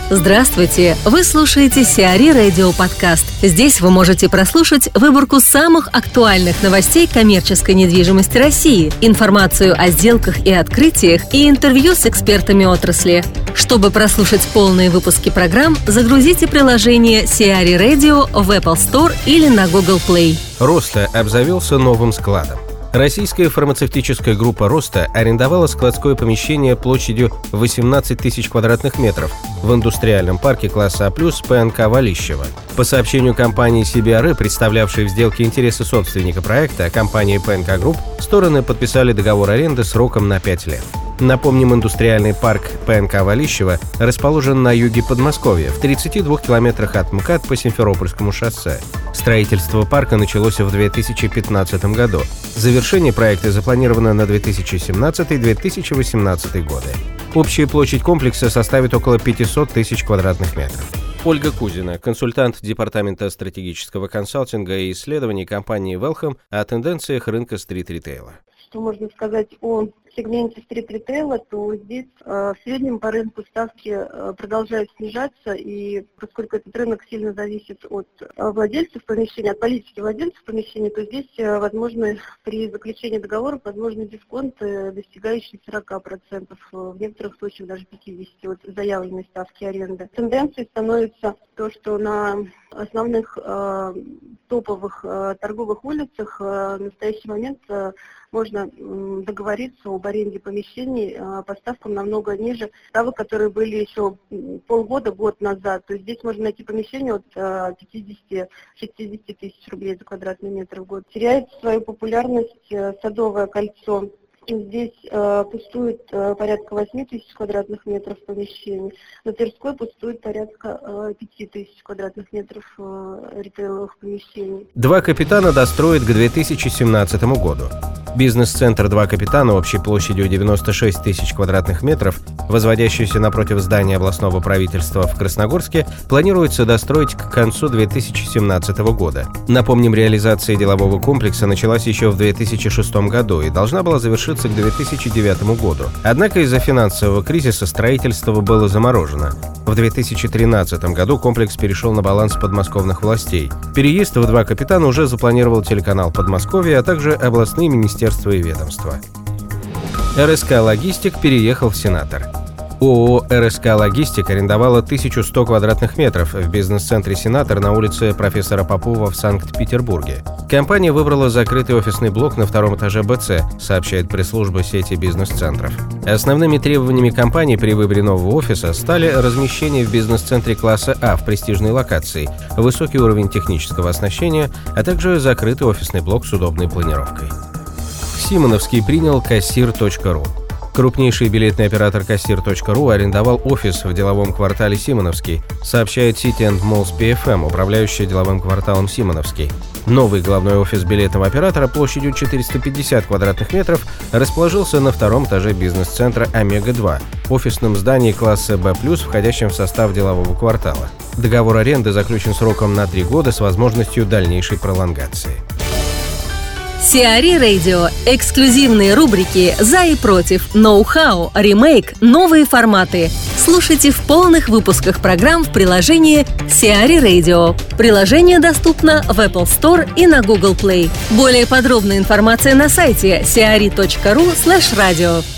Здравствуйте! Вы слушаете Сиари Радио Подкаст. Здесь вы можете прослушать выборку самых актуальных новостей коммерческой недвижимости России, информацию о сделках и открытиях и интервью с экспертами отрасли. Чтобы прослушать полные выпуски программ, загрузите приложение Сиари Radio в Apple Store или на Google Play. Роста обзавелся новым складом. Российская фармацевтическая группа «Роста» арендовала складское помещение площадью 18 тысяч квадратных метров в индустриальном парке класса А+, ПНК «Валищево». По сообщению компании CBRE, представлявшей в сделке интересы собственника проекта, компании ПНК Групп, стороны подписали договор аренды сроком на 5 лет. Напомним, индустриальный парк ПНК «Валищево» расположен на юге Подмосковья, в 32 километрах от МКАД по Симферопольскому шоссе. Строительство парка началось в 2015 году. Завершение проекта запланировано на 2017-2018 годы. Общая площадь комплекса составит около 500 тысяч квадратных метров. Ольга Кузина, консультант Департамента стратегического консалтинга и исследований компании Велхам о тенденциях рынка стрит-ритейла. Что можно сказать о сегменте стрит-ритейла, то здесь в среднем по рынку ставки продолжают снижаться, и поскольку этот рынок сильно зависит от владельцев помещения, от политики владельцев помещения, то здесь возможны при заключении договоров возможны дисконты, достигающие 40%, в некоторых случаях даже 50% от заявленной ставки аренды. Тенденцией становится то, что на основных топовых торговых улицах в настоящий момент можно договориться об аренде помещений по ставкам намного ниже ставок, которые были еще год назад. То есть здесь можно найти помещение от 50-60 тысяч рублей за квадратный метр в год. Теряет свою популярность Садовое кольцо. Здесь пустует порядка 8 тысяч квадратных метров помещений. На Тверской пустует порядка 5 тысяч квадратных метров ритейловых помещений. Два Капитана достроят к 2017 году. Бизнес-центр «Два Капитана» общей площадью 96 тысяч квадратных метров, возводящийся напротив здания областного правительства в Красногорске, планируется достроить к концу 2017 года. Напомним, реализация делового комплекса началась еще в 2006 году и должна была завершиться к 2009 году. Однако из-за финансового кризиса строительство было заморожено. В 2013 году комплекс перешел на баланс подмосковных властей. Переезд в «Два Капитана» уже запланировал телеканал «Подмосковье», а также областные министерства и ведомства. РСК «Логистик» переехал в Сенатор. ООО «РСК Логистик» арендовала 1100 квадратных метров в бизнес-центре «Сенатор» на улице профессора Попова в Санкт-Петербурге. Компания выбрала закрытый офисный блок на втором этаже БЦ, сообщает пресс-служба сети бизнес-центров. Основными требованиями компании при выборе нового офиса стали размещение в бизнес-центре класса А в престижной локации, высокий уровень технического оснащения, а также закрытый офисный блок с удобной планировкой. Симоновский принял Кассир.ру. Крупнейший билетный оператор Кассир.ру арендовал офис в деловом квартале Симоновский, сообщает City & Malls PFM, управляющая деловым кварталом Симоновский. Новый главной офис билетного оператора площадью 450 квадратных метров расположился на втором этаже бизнес-центра «Омега-2», офисном здании класса Б+, входящем в состав делового квартала. Договор аренды заключен сроком на 3 года с возможностью дальнейшей пролонгации. Сиари Radio. Эксклюзивные рубрики «За и против», «Ноу-хау», «Ремейк», «Новые форматы». Слушайте в полных выпусках программ в приложении Сиари Radio. Приложение доступно в Apple Store и на Google Play. Более подробная информация на сайте siari.ru/radio.